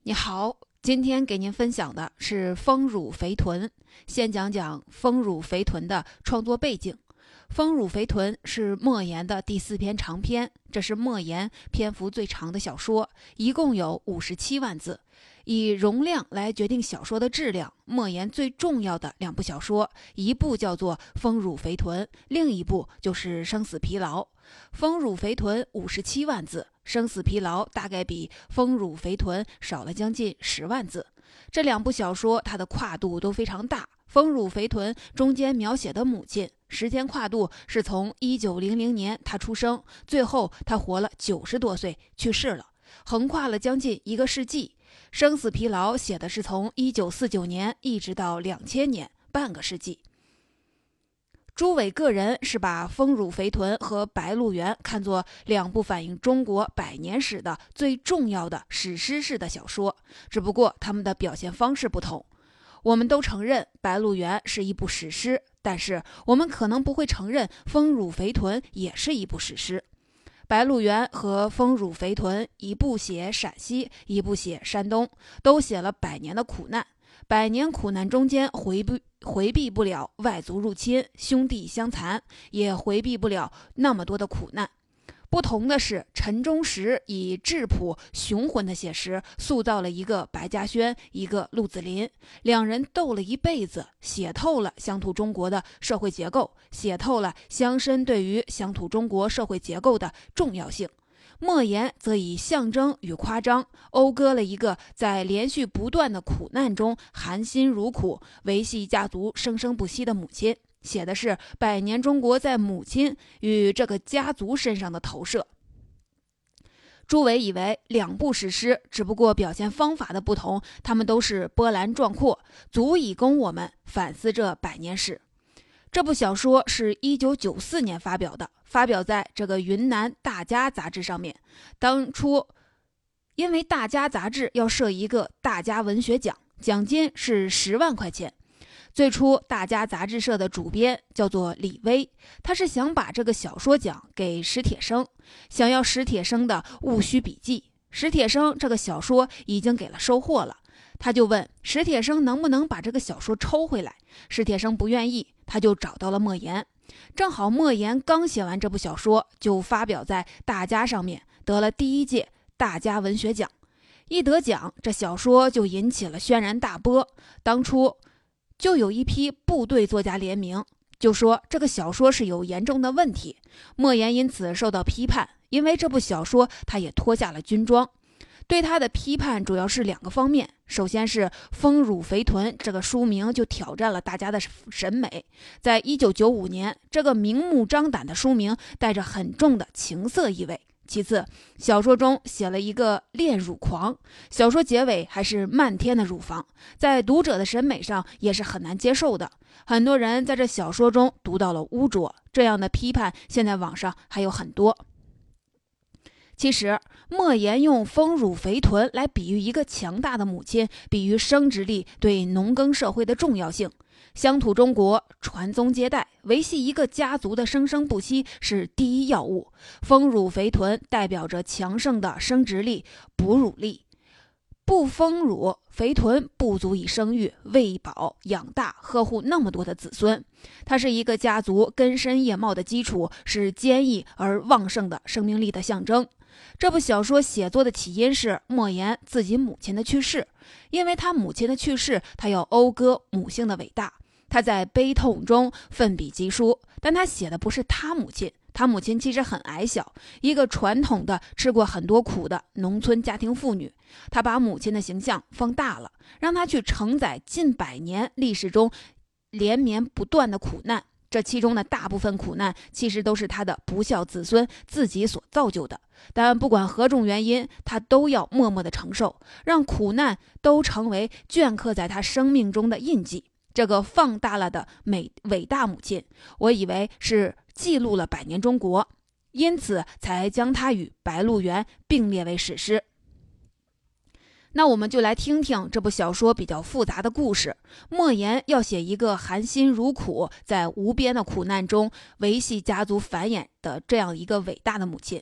你好，今天给您分享的是丰乳肥臀。先讲讲丰乳肥臀的创作背景。丰乳肥臀是莫言的第4篇长篇，这是莫言篇幅最长的小说，一共有57万字。以容量来决定小说的质量，莫言最重要的2部小说，一部叫做《丰乳肥臀》，另一部就是《生死疲劳》。丰乳肥臀57万字，生死疲劳大概比丰乳肥臀少了将近10万字。这2部小说它的跨度都非常大。丰乳肥臀中间描写的母亲时间跨度是从1900年他出生，最后他活了90多岁去世了，横跨了将近1个世纪。生死疲劳写的是从1949年一直到2000年，半个世纪。朱伟个人是把丰乳肥臀和白鹿原看作2部反映中国100年史的最重要的史诗式的小说，只不过他们的表现方式不同。我们都承认白鹿原是一部史诗，但是我们可能不会承认丰乳肥臀也是一部史诗。白鹿原和丰乳肥臀一部写陕西，一部写山东，都写了100年的苦难。100年苦难中间回避不了外族入侵、兄弟相残，也回避不了那么多的苦难。不同的是，陈忠实以质朴雄浑的写实塑造了一个白嘉轩，一个陆子霖，两人斗了一辈子，写透了乡土中国的社会结构，写透了乡绅对于乡土中国社会结构的重要性。莫言则以象征与夸张讴歌了一个在连续不断的苦难中含辛茹苦维系家族生生不息的母亲，写的是100年中国在母亲与这个家族身上的投射。朱伟以为2部史诗只不过表现方法的不同，他们都是波澜壮阔，足以供我们反思这100年史。这部小说是1994年发表的，发表在这个云南大家杂志上面。当初因为大家杂志要设一个大家文学奖，奖金是10万块钱。最初大家杂志社的主编叫做李威，他是想把这个小说奖给史铁生，想要史铁生的戊戌笔记。史铁生这个小说已经给了收货了，他就问史铁生能不能把这个小说抽回来。史铁生不愿意，他就找到了莫言。正好莫言刚写完这部小说，就发表在大家上面，得了第1届大家文学奖。一得奖，这小说就引起了轩然大波。当初就有一批部队作家联名，就说这个小说是有严重的问题。莫言因此受到批判，因为这部小说他也脱下了军装。对他的批判主要是2个方面，首先是丰乳肥臀这个书名就挑战了大家的审美，在1995年这个明目张胆的书名带着很重的情色意味。其次，小说中写了一个恋乳狂，小说结尾还是漫天的乳房，在读者的审美上也是很难接受的。很多人在这小说中读到了污浊，这样的批判现在网上还有很多。其实莫言用丰乳肥臀来比喻一个强大的母亲，比喻生殖力对农耕社会的重要性。乡土中国传宗接代，维系一个家族的生生不息是第一要务。丰乳肥臀代表着强盛的生殖力、哺乳力。不丰乳肥臀不足以生育、喂饱、养大、呵护那么多的子孙。它是一个家族根深叶茂的基础，是坚毅而旺盛的生命力的象征。这部小说写作的起因是莫言自己母亲的去世，因为他母亲的去世，他要讴歌母性的伟大。他在悲痛中奋笔疾书，但他写的不是他母亲，他母亲其实很矮小，一个传统的吃过很多苦的农村家庭妇女。他把母亲的形象放大了，让他去承载近100年历史中连绵不断的苦难。这其中的大部分苦难其实都是他的不孝子孙自己所造就的，但不管何种原因，他都要默默的承受，让苦难都成为镌刻在他生命中的印记。这个放大了的伟大母亲，我以为是记录了100年中国，因此才将它与白鹿原并列为史诗。那我们就来听听这部小说比较复杂的故事。莫言要写一个含辛茹苦，在无边的苦难中维系家族繁衍的这样一个伟大的母亲。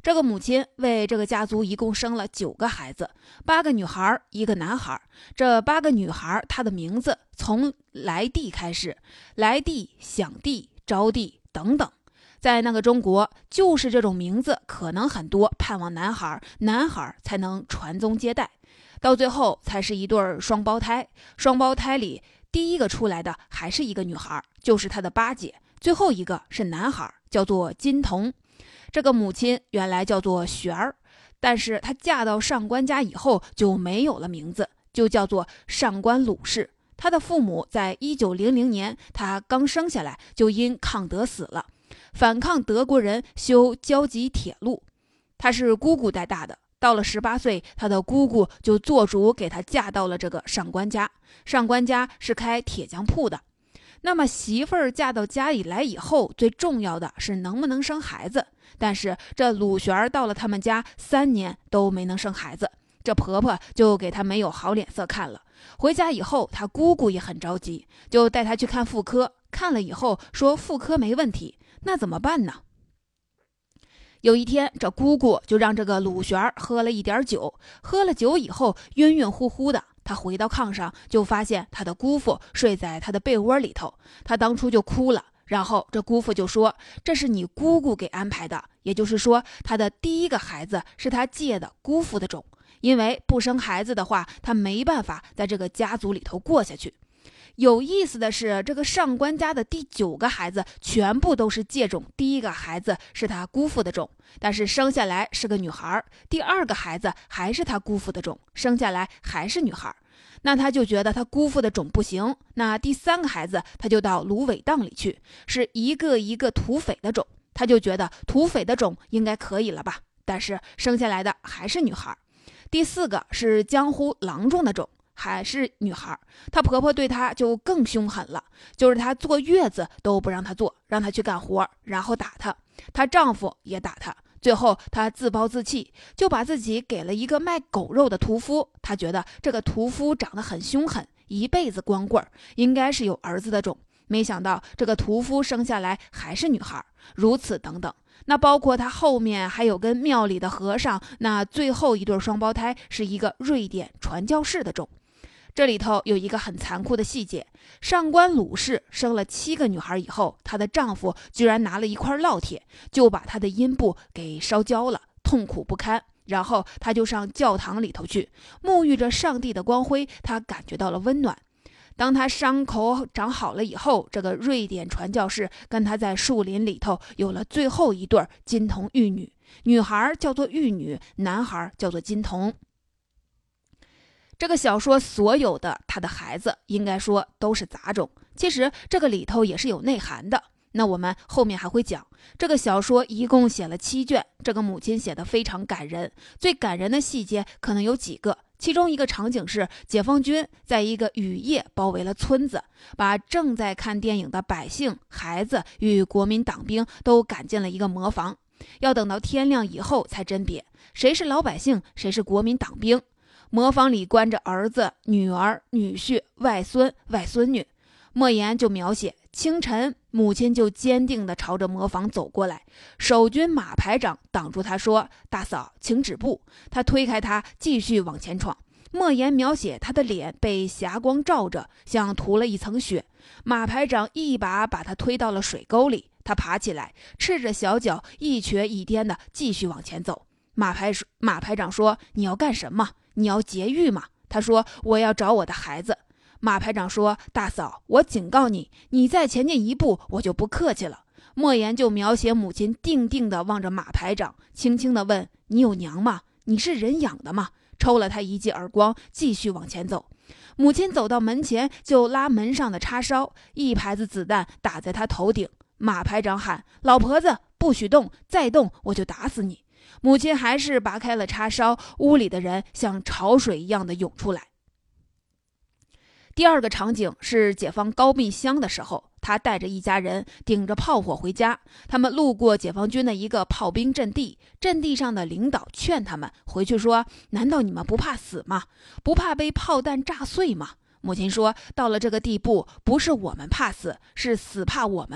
这个母亲为这个家族一共生了9个孩子，8个女孩，1个男孩。这8个女孩，她的名字从来地开始，来地、享地、招娣等等。在那个中国，就是这种名字可能很多，盼望男孩才能传宗接代，到最后才是一对双胞胎。双胞胎里第一个出来的还是一个女孩，就是她的八姐，最后一个是男孩，叫做金童。这个母亲原来叫做璇儿，但是她嫁到上官家以后就没有了名字，就叫做上官鲁氏。她的父母在1900年她刚生下来就因抗德死了，反抗德国人修胶济铁路。她是姑姑带大的，到了18岁，她的姑姑就做主给她嫁到了这个上官家。上官家是开铁匠铺的。那么媳妇儿嫁到家里来以后，最重要的是能不能生孩子。但是这鲁璇到了他们家3年都没能生孩子，这婆婆就给她没有好脸色看了。回家以后，她姑姑也很着急，就带她去看妇科。看了以后说妇科没问题，那怎么办呢？有一天，这姑姑就让这个鲁璇喝了一点酒，喝了酒以后晕晕乎乎的。他回到炕上，就发现他的姑父睡在他的被窝里头。他当初就哭了，然后这姑父就说：“这是你姑姑给安排的，也就是说，他的第一个孩子是他借的姑父的种，因为不生孩子的话，他没办法在这个家族里头过下去。”有意思的是，这个上官家的第9个孩子全部都是借种，第一个孩子是他姑父的种，但是生下来是个女孩；第2个孩子还是他姑父的种，生下来还是女孩。那他就觉得他姑父的种不行，那第3个孩子他就到芦苇荡里去，是一个一个土匪的种，他就觉得土匪的种应该可以了吧，但是生下来的还是女孩。第4个是江湖郎中的种，还是女孩。她婆婆对她就更凶狠了，就是她坐月子都不让她坐，让她去干活，然后打她。她丈夫也打她，最后她自暴自弃，就把自己给了一个卖狗肉的屠夫。她觉得这个屠夫长得很凶狠，一辈子光棍，应该是有儿子的种。没想到这个屠夫生下来还是女孩，如此等等。那包括他后面还有跟庙里的和尚，那最后一对双胞胎是一个瑞典传教士的种。这里头有一个很残酷的细节，上官鲁氏生了7个女孩以后，她的丈夫居然拿了一块烙铁，就把她的阴部给烧焦了，痛苦不堪。然后她就上教堂里头去，沐浴着上帝的光辉，她感觉到了温暖。当她伤口长好了以后，这个瑞典传教士跟她在树林里头有了最后一对金童玉女，女孩叫做玉女，男孩叫做金童。这个小说所有的他的孩子应该说都是杂种，其实这个里头也是有内涵的。那我们后面还会讲，这个小说一共写了7卷，这个母亲写的非常感人。最感人的细节可能有几个，其中一个场景是解放军在一个雨夜包围了村子，把正在看电影的百姓、孩子与国民党兵都赶进了一个磨坊，要等到天亮以后才甄别谁是老百姓，谁是国民党兵。磨坊里关着儿子、女儿、女婿、外孙、外孙女。莫言就描写清晨，母亲就坚定地朝着磨坊走过来，守军马排长挡住他说：“大嫂，请止步。”他推开他，继续往前闯。莫言描写他的脸被霞光照着，像涂了一层雪。马排长一把把他推到了水沟里，他爬起来，赤着小脚，一瘸一颠地继续往前走。马排长说：“你要干什么？你要劫狱吗？”他说：“我要找我的孩子。”马排长说：“大嫂，我警告你，你再前进一步，我就不客气了。”莫言就描写母亲定定地望着马排长，轻轻地问：“你有娘吗？你是人养的吗？”抽了他一记耳光，继续往前走。母亲走到门前，就拉门上的叉烧，一排子子弹打在他头顶。马排长喊：“老婆子，不许动，再动我就打死你！”母亲还是拔开了叉烧，屋里的人像潮水一样的涌出来。第2个场景是解放高密乡的时候，他带着一家人顶着炮火回家，他们路过解放军的一个炮兵阵地，阵地上的领导劝他们回去说：“难道你们不怕死吗？不怕被炮弹炸碎吗？”母亲说：“到了这个地步，不是我们怕死，是死怕我们了。”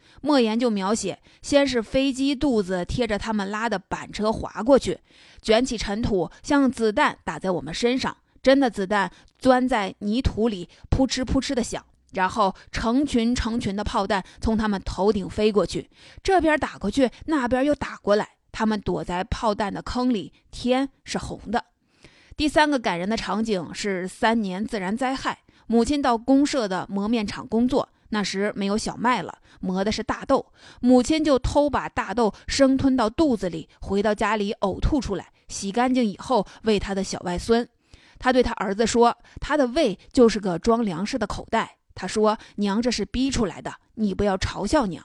莫言就描写，先是飞机肚子贴着他们拉的板车滑过去，卷起尘土，像子弹打在我们身上，真的子弹钻在泥土里扑哧扑哧的响，然后成群成群的炮弹从他们头顶飞过去，这边打过去，那边又打过来，他们躲在炮弹的坑里，天是红的。第三个感人的场景是3年自然灾害，母亲到公社的磨面厂工作，那时没有小麦了，磨的是大豆，母亲就偷把大豆生吞到肚子里，回到家里呕吐出来，洗干净以后喂他的小外孙。他对他儿子说，他的胃就是个装粮食的口袋。他说，娘这是逼出来的，你不要嘲笑娘。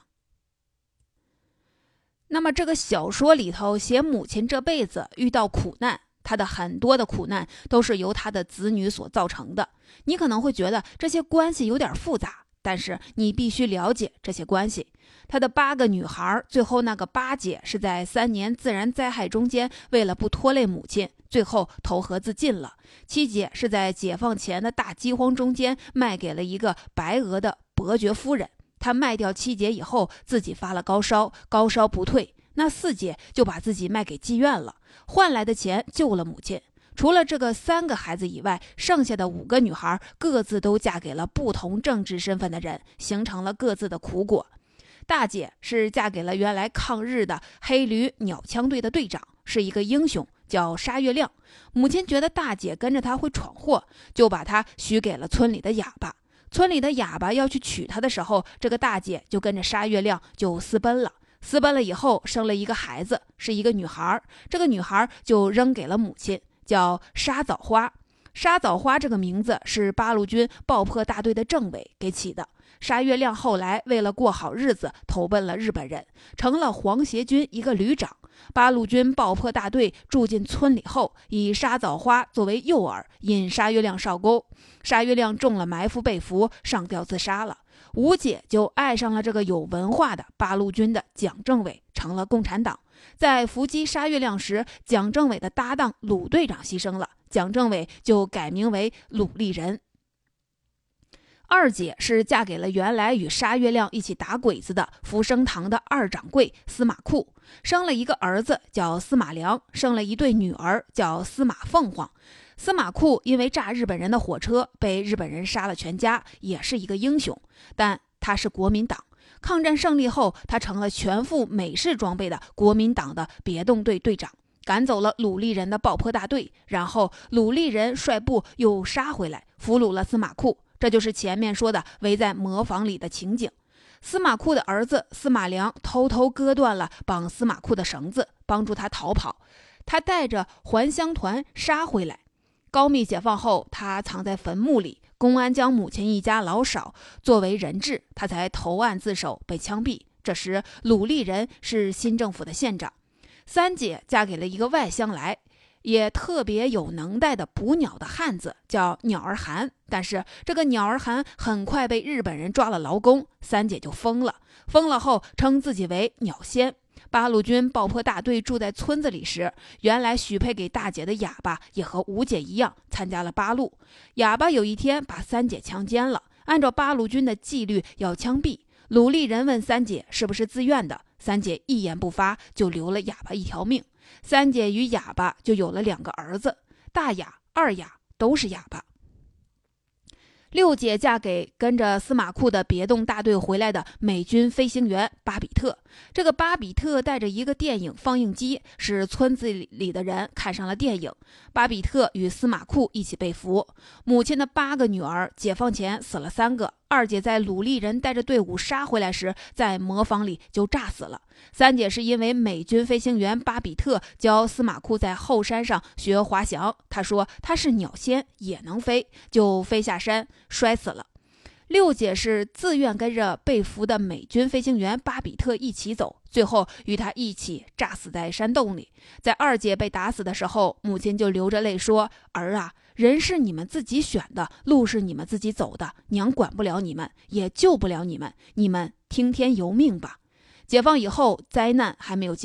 那么这个小说里头写母亲这辈子遇到苦难，他的很多的苦难都是由他的子女所造成的。你可能会觉得这些关系有点复杂，但是你必须了解这些关系。他的8个女孩，最后那个8姐是在3年自然灾害中间，为了不拖累母亲，最后投河自尽了。7姐是在解放前的大饥荒中间卖给了一个白俄的伯爵夫人，她卖掉7姐以后，自己发了高烧，高烧不退，那4姐就把自己卖给妓院了，换来的钱救了母亲。除了这个3个孩子以外，剩下的5个女孩各自都嫁给了不同政治身份的人，形成了各自的苦果。大姐是嫁给了原来抗日的黑驴鸟枪队的队长，是一个英雄，叫沙月亮。母亲觉得大姐跟着他会闯祸，就把她许给了村里的哑巴。村里的哑巴要去娶她的时候，这个大姐就跟着沙月亮就私奔了。私奔了以后生了一个孩子，是一个女孩，这个女孩就扔给了母亲，叫沙枣花。沙枣花这个名字是八路军爆破大队的政委给起的。沙月亮后来为了过好日子，投奔了日本人，成了皇协军一个旅长。八路军爆破大队住进村里后，以沙枣花作为诱饵，引沙月亮上钩。沙月亮中了埋伏被俘，上吊自杀了。吴姐就爱上了这个有文化的八路军的蒋政委，成了共产党。在伏击沙月亮时，蒋政委的搭档鲁队长牺牲了，蒋政委就改名为鲁立人。2姐是嫁给了原来与沙月亮一起打鬼子的福生堂的2掌柜司马库，生了一个儿子叫司马良，生了一对女儿叫司马凤凰。司马库因为炸日本人的火车被日本人杀了全家，也是一个英雄，但他是国民党。抗战胜利后，他成了全副美式装备的国民党的别动队队长，赶走了鲁立人的爆破大队，然后鲁立人率部又杀回来，俘虏了司马库。这就是前面说的围在磨坊里的情景。司马库的儿子司马良偷偷割断了绑司马库的绳子，帮助他逃跑。他带着还乡团杀回来。高密解放后，他藏在坟墓里，公安将母亲一家老少作为人质，他才投案自首，被枪毙。这时鲁立人是新政府的县长。3姐嫁给了一个外乡来也特别有能耐的捕鸟的汉子，叫鸟儿寒。但是这个鸟儿寒很快被日本人抓了劳工，3姐就疯了。疯了后称自己为鸟仙。八路军爆破大队住在村子里时，原来许配给大姐的哑巴也和吴姐一样参加了八路。哑巴有一天把3姐强奸了，按照八路军的纪律要枪毙。鲁立人问3姐是不是自愿的，3姐一言不发，就留了哑巴一条命。3姐与哑巴就有了2个儿子，大哑、二哑都是哑巴。6姐嫁给跟着司马库的别动大队回来的美军飞行员巴比特。这个巴比特带着一个电影放映机，是村子里的人看上了电影。巴比特与司马库一起被俘。母亲的8个女儿解放前死了3个。2姐在鲁立人带着队伍杀回来时，在磨坊里就炸死了。3姐是因为美军飞行员巴比特教司马库在后山上学滑翔，他说他是鸟仙也能飞，就飞下山摔死了。6姐是自愿跟着被俘的美军飞行员巴比特一起走，最后与他一起炸死在山洞里。在2姐被打死的时候，母亲就流着泪说，儿啊，人是你们自己选的，路是你们自己走的，娘管不了你们，也救不了你们，你们听天由命吧。解放以后，灾难还没有结束。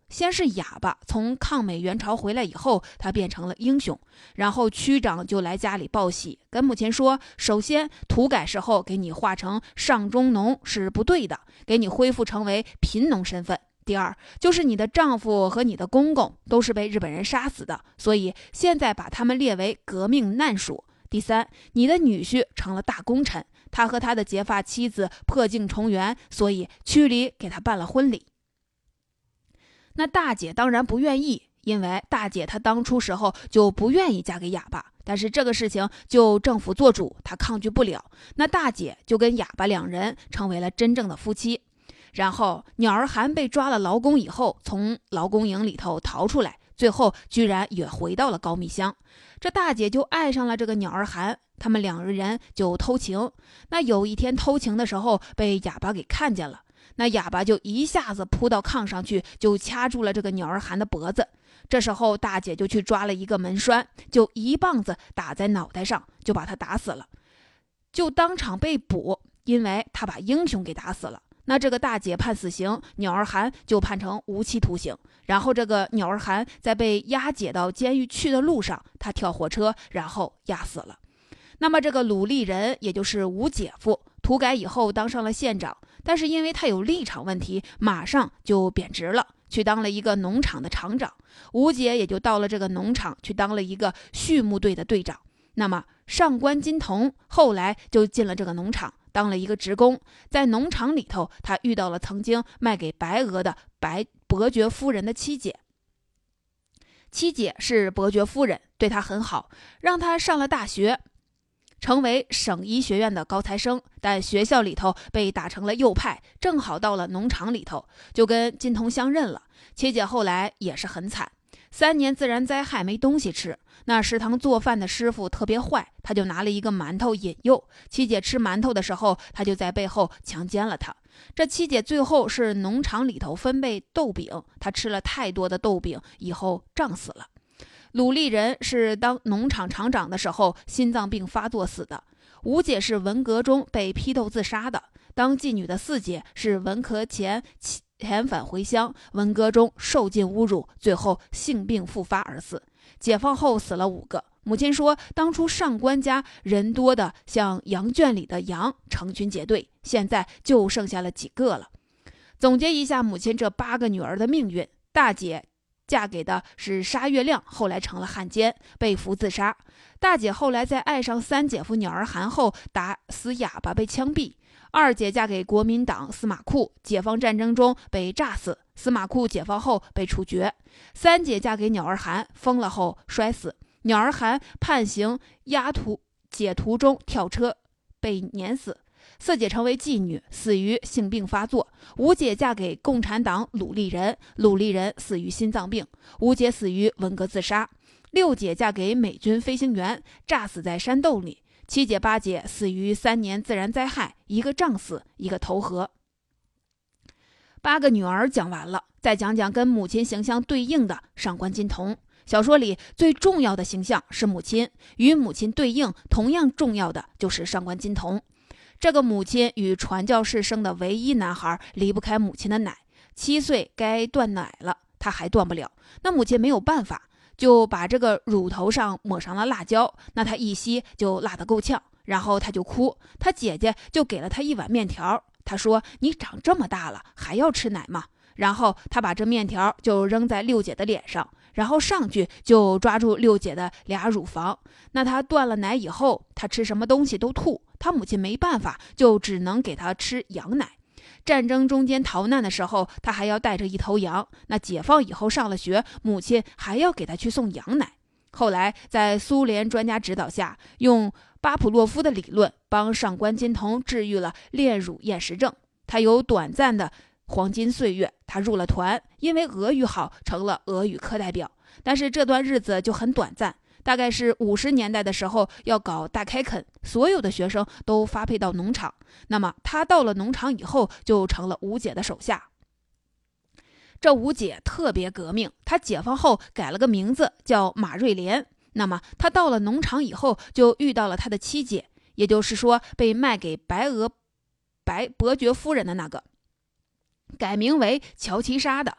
先是哑巴从抗美援朝回来以后，他变成了英雄，然后区长就来家里报喜，跟母亲说，首先土改时候给你划成上中农是不对的，给你恢复成为贫农身份。第二，就是你的丈夫和你的公公都是被日本人杀死的，所以现在把他们列为革命难属。第三，你的女婿成了大功臣，他和他的结发妻子破镜重圆，所以区里给他办了婚礼。那大姐当然不愿意，因为大姐她当初时候就不愿意嫁给哑巴，但是这个事情就政府做主，她抗拒不了。那大姐就跟哑巴两人成为了真正的夫妻。然后鸟儿寒被抓了劳宫以后，从劳宫营里头逃出来，最后居然也回到了高密乡。这大姐就爱上了这个鸟儿寒，他们两个人就偷情。那有一天偷情的时候被哑巴给看见了，那哑巴就一下子扑到炕上去，就掐住了这个鸟儿寒的脖子。这时候大姐就去抓了一个门栓，就一棒子打在脑袋上，就把他打死了，就当场被捕，因为他把英雄给打死了。那这个大姐判死刑，鸟儿寒就判成无期徒刑。然后这个鸟儿寒在被押解到监狱去的路上，他跳火车，然后压死了。那么这个鲁立人，也就是吴姐夫，土改以后当上了县长，但是因为他有立场问题，马上就贬职了，去当了一个农场的厂长。吴姐也就到了这个农场去当了一个畜牧队的队长。那么上官金童后来就进了这个农场，当了一个职工。在农场里头，他遇到了曾经卖给白俄的伯爵夫人的妻姐。妻姐是伯爵夫人，对他很好，让他上了大学，成为省医学院的高材生，但学校里头被打成了右派，正好到了农场里头，就跟金童相认了。妻姐后来也是很惨，3年自然灾害没东西吃，那食堂做饭的师傅特别坏，他就拿了一个馒头引诱妻姐吃馒头的时候，他就在背后强奸了她。这妻姐最后是农场里头分配豆饼，她吃了太多的豆饼以后胀死了。鲁立人是当农场厂长的时候心脏病发作死的。吴姐是文革中被批斗自杀的。当妓女的四姐是文革前遣返回乡，文革中受尽侮辱，最后性病复发而死。解放后死了5个。母亲说，当初上官家人多的像羊圈里的羊，成群结队，现在就剩下了几个了。总结一下母亲这8个女儿的命运，大姐嫁给的是沙月亮，后来成了汉奸，被俘自杀。大姐后来在爱上三姐夫鸟儿寒后，打死哑巴被枪毙。二姐嫁给国民党司马库，解放战争中被炸死，司马库解放后被处决。三姐嫁给鸟儿寒，疯了后摔死，鸟儿寒判刑解途中跳车被碾死。四姐成为妓女，死于性病发作。五姐嫁给共产党鲁立人，鲁立人死于心脏病。五姐死于文革自杀。六姐嫁给美军飞行员，炸死在山洞里。七姐八姐死于3年自然灾害，一个胀死，一个投河。8个女儿讲完了，再讲讲跟母亲形象对应的上官金童。小说里最重要的形象是母亲，与母亲对应同样重要的就是上官金童。这个母亲与传教士生的唯一男孩，离不开母亲的奶。7岁该断奶了，他还断不了。那母亲没有办法，就把这个乳头上抹上了辣椒，那他一吸就辣得够呛，然后他就哭。他姐姐就给了他一碗面条，他说：“你长这么大了，还要吃奶吗？”然后他把这面条就扔在六姐的脸上，然后上去就抓住六姐的俩乳房。那他断了奶以后，他吃什么东西都吐，他母亲没办法，就只能给他吃羊奶。战争中间逃难的时候，他还要带着一头羊。那解放以后上了学，母亲还要给他去送羊奶。后来在苏联专家指导下，用巴甫洛夫的理论帮上官金童治愈了恋乳厌食症。他有短暂的黄金岁月，他入了团，因为俄语好，成了俄语课代表。但是这段日子就很短暂，大概是50年代的时候要搞大开垦，所有的学生都发配到农场。那么他到了农场以后，就成了吴姐的手下。这吴姐特别革命，她解放后改了个名字叫马瑞莲。那么她到了农场以后，就遇到了她的七姐，也就是说被卖给伯爵夫人的那个，改名为乔其莎的。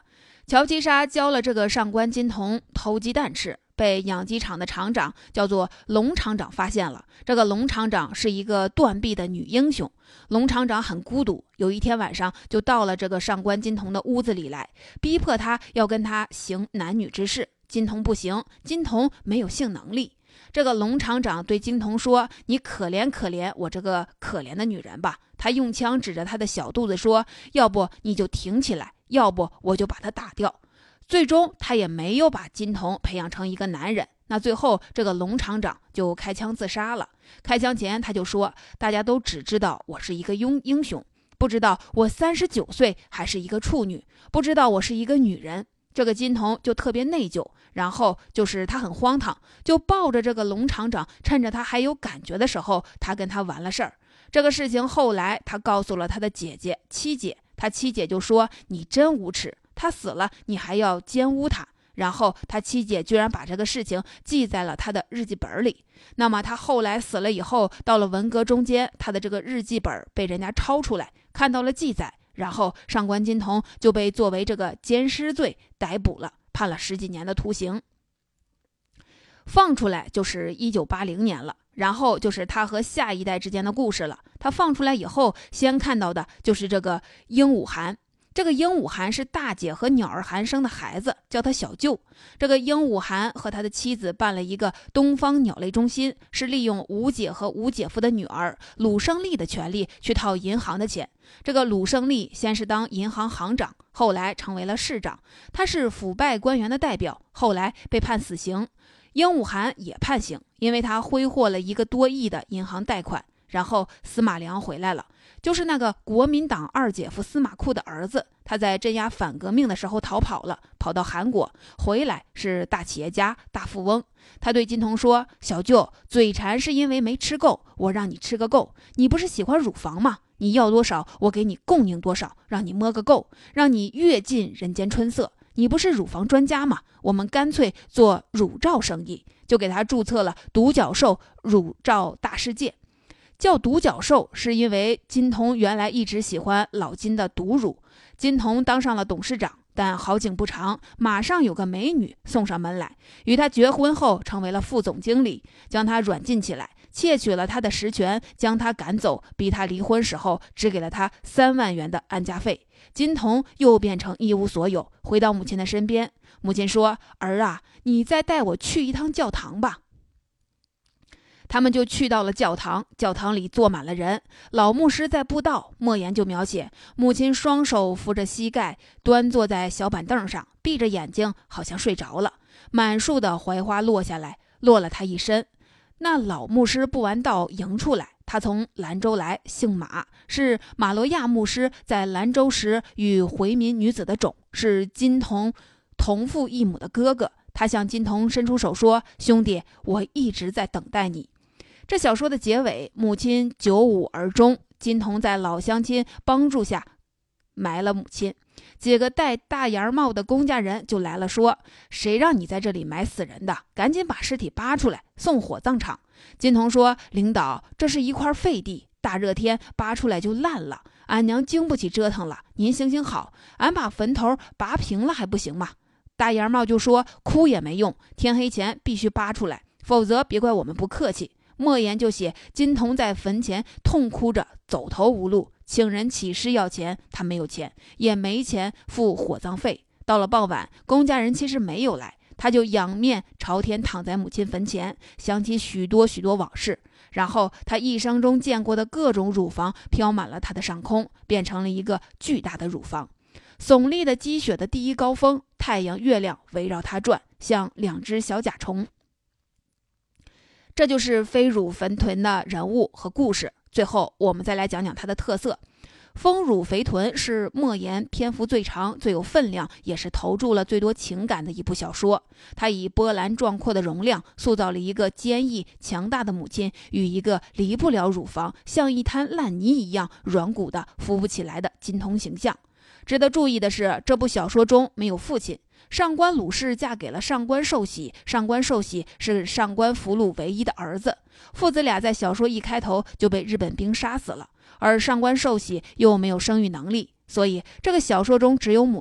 乔七杀教了这个上官金童偷鸡蛋吃，被养鸡场的厂长叫做龙厂长发现了。这个龙厂长是一个断臂的女英雄。龙厂长很孤独，有一天晚上就到了这个上官金童的屋子里来，逼迫他要跟他行男女之事。金童不行，金童没有性能力。这个龙厂长对金童说：“你可怜可怜我这个可怜的女人吧。”他用枪指着他的小肚子说：“要不你就挺起来，要不我就把他打掉。”最终他也没有把金童培养成一个男人。那最后这个龙厂长就开枪自杀了。开枪前他就说：“大家都只知道我是一个英雄，不知道我39岁还是一个处女，不知道我是一个女人。”这个金童就特别内疚，然后就是他很荒唐，就抱着这个龙厂长，趁着他还有感觉的时候，他跟他完了事儿。这个事情后来他告诉了他的姐姐七姐，他七姐就说：“你真无耻，他死了你还要奸污他。”然后他七姐居然把这个事情记在了他的日记本里。那么他后来死了以后，到了文革中间，他的这个日记本被人家抄出来，看到了记载，然后上官金童就被作为这个奸尸罪逮捕了，判了10几年的徒刑。放出来就是1980年了，然后就是他和下一代之间的故事了。他放出来以后，先看到的就是这个鹦鹉寒。这个鹦鹉寒是大姐和鸟儿寒生的孩子，叫他小舅。这个鹦鹉寒和他的妻子办了一个东方鸟类中心，是利用吴姐和吴姐夫的女儿鲁胜利的权利去套银行的钱。这个鲁胜利先是当银行行长，后来成为了市长，他是腐败官员的代表，后来被判死刑。鹦鹉寒也判刑，因为他挥霍了1个多亿的银行贷款。然后司马良回来了，就是那个国民党二姐夫司马库的儿子，他在镇压反革命的时候逃跑了，跑到韩国，回来是大企业家大富翁。他对金童说：“小舅，嘴馋是因为没吃够，我让你吃个够。你不是喜欢乳房吗？你要多少我给你供应多少，让你摸个够，让你阅尽人间春色。你不是乳房专家吗？我们干脆做乳罩生意。”就给他注册了独角兽乳罩大世界。叫独角兽是因为金童原来一直喜欢老金的独乳。金童当上了董事长，但好景不长，马上有个美女送上门来，与他结婚后成为了副总经理，将他软禁起来，窃取了他的实权，将他赶走，逼他离婚时候只给了他3万元的安家费。金童又变成一无所有，回到母亲的身边。母亲说：“儿啊，你再带我去一趟教堂吧。”他们就去到了教堂，教堂里坐满了人，老牧师在布道，莫言就描写母亲双手扶着膝盖，端坐在小板凳上，闭着眼睛，好像睡着了，满树的槐花落下来，落了他一身。那老牧师布完道迎出来，他从兰州来，姓马，是马罗亚牧师在兰州时与回民女子的种，是金童同父异母的哥哥。他向金童伸出手说：“兄弟，我一直在等待你。”这小说的结尾，母亲95而终，金童在老乡亲帮助下埋了母亲。几个戴大檐帽的公家人就来了，说：“谁让你在这里埋死人的？赶紧把尸体扒出来，送火葬场。”金童说：“领导，这是一块废地，大热天扒出来就烂了，俺娘经不起折腾了，您行行好，俺把坟头拔平了还不行吗？”大檐帽就说：“哭也没用，天黑前必须扒出来，否则别怪我们不客气。”莫言就写金童在坟前痛哭着，走投无路，请人起誓要钱，他没有钱，也没钱付火葬费。到了傍晚，公家人其实没有来，他就仰面朝天躺在母亲坟前，想起许多往事。然后他一生中见过的各种乳房飘满了他的上空，变成了一个巨大的乳房。耸立的积雪的第一高峰，太阳月亮围绕它转，像2只小甲虫。这就是飞乳肥臀的人物和故事。最后我们再来讲讲它的特色。丰乳肥臀是莫言篇幅最长、最有分量，也是投注了最多情感的一部小说。它以波澜壮阔的容量，塑造了一个坚毅强大的母亲与一个离不了乳房、像一滩烂泥一样软骨的扶不起来的金童形象。值得注意的是，这部小说中没有父亲。上官鲁氏嫁给了上官寿喜，上官寿喜是上官福禄唯一的儿子，父子俩在小说一开头就被日本兵杀死了，而上官寿喜又没有生育能力，所以这个小说中只有母亲。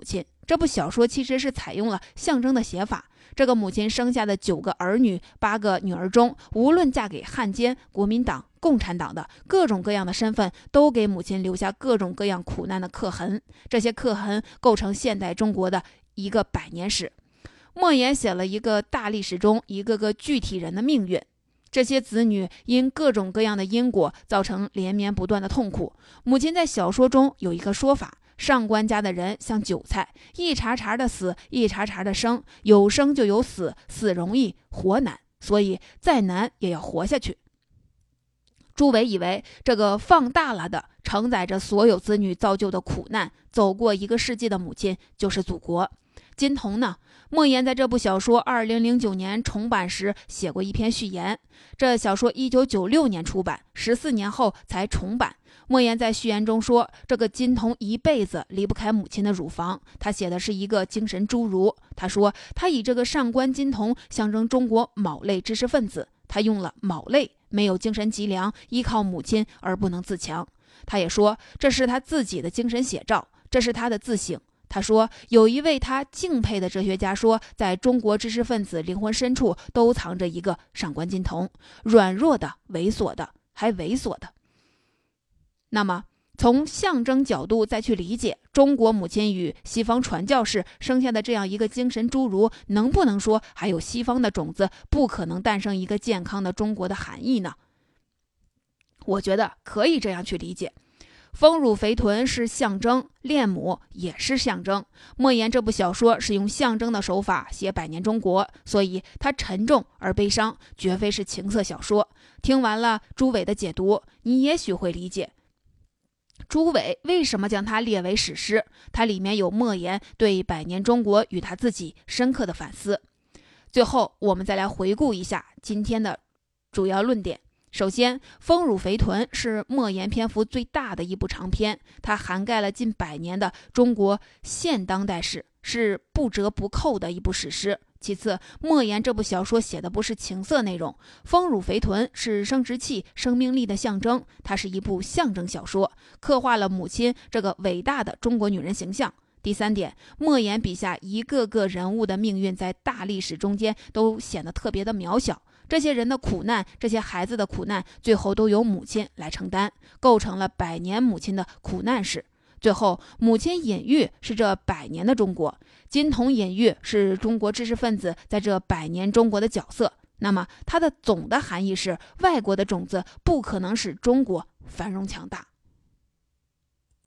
这部小说其实是采用了象征的写法。这个母亲生下的9个儿女、8个女儿中，无论嫁给汉奸、国民党、共产党的各种各样的身份，都给母亲留下各种各样苦难的刻痕。这些刻痕构成现代中国的一个100年史。莫言写了一个大历史中一个个具体人的命运，这些子女因各种各样的因果造成连绵不断的痛苦。母亲在小说中有一个说法，上官家的人像韭菜，一茬茬的死，一茬茬的生，有生就有死，死容易活难，所以再难也要活下去。朱伟以为这个放大了的承载着所有子女造就的苦难，走过1个世纪的母亲就是祖国。金童呢？莫言在这部小说2009年重版时写过一篇序言，这小说1996年出版，14年后才重版。莫言在序言中说，这个金童一辈子离不开母亲的乳房，他写的是一个精神侏儒。他说，他以这个上官金童象征中国卯类知识分子，他用了卯类，没有精神脊梁，依靠母亲而不能自强。他也说，这是他自己的精神写照，这是他的自省。他说，有一位他敬佩的哲学家说，在中国知识分子灵魂深处都藏着一个上官金童，软弱的、猥琐的，还猥琐的。那么从象征角度再去理解中国母亲与西方传教士生下的这样一个精神侏儒，能不能说还有西方的种子不可能诞生一个健康的中国的含义呢？我觉得可以这样去理解。丰乳肥臀是象征，恋母也是象征。莫言这部小说是用象征的手法写100年中国，所以它沉重而悲伤，绝非是情色小说。听完了朱伟的解读，你也许会理解朱伟为什么将它列为史诗，它里面有莫言对100年中国与他自己深刻的反思。最后我们再来回顾一下今天的主要论点。首先，丰乳肥臀是莫言篇幅最大的一部长篇，它涵盖了近100年的中国现当代史，是不折不扣的一部史诗。其次，莫言这部小说写的不是情色内容，丰乳肥臀是生殖器、生命力的象征，它是一部象征小说，刻画了母亲这个伟大的中国女人形象。第三点，莫言笔下一个个人物的命运在大历史中间都显得特别的渺小，这些人的苦难，这些孩子的苦难，最后都由母亲来承担，构成了100年母亲的苦难史。最后，母亲隐喻是这100年的中国，金童隐喻是中国知识分子在这100年中国的角色。那么它的总的含义是，外国的种子不可能使中国繁荣强大。